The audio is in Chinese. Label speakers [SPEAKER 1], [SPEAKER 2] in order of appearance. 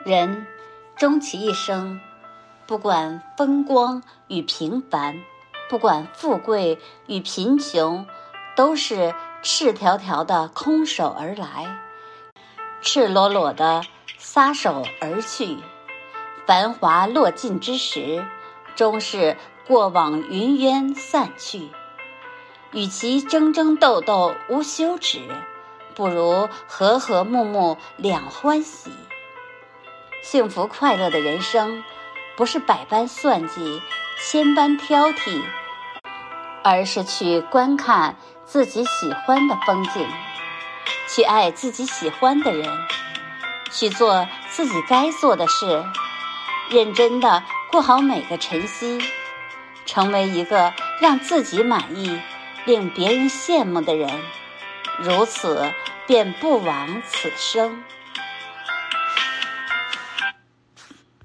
[SPEAKER 1] 人终其一生，不管风光与平凡，不管富贵与贫穷，都是赤条条的空手而来，赤裸裸的撒手而去。繁华落尽之时，终是过往云烟散去。与其争争斗斗无休止，不如和和睦睦两欢喜。幸福快乐的人生，不是百般算计，千般挑剔，而是去观看自己喜欢的风景，去爱自己喜欢的人，去做自己该做的事，认真地过好每个晨曦，成为一个让自己满意、令别人羡慕的人，如此便不枉此生。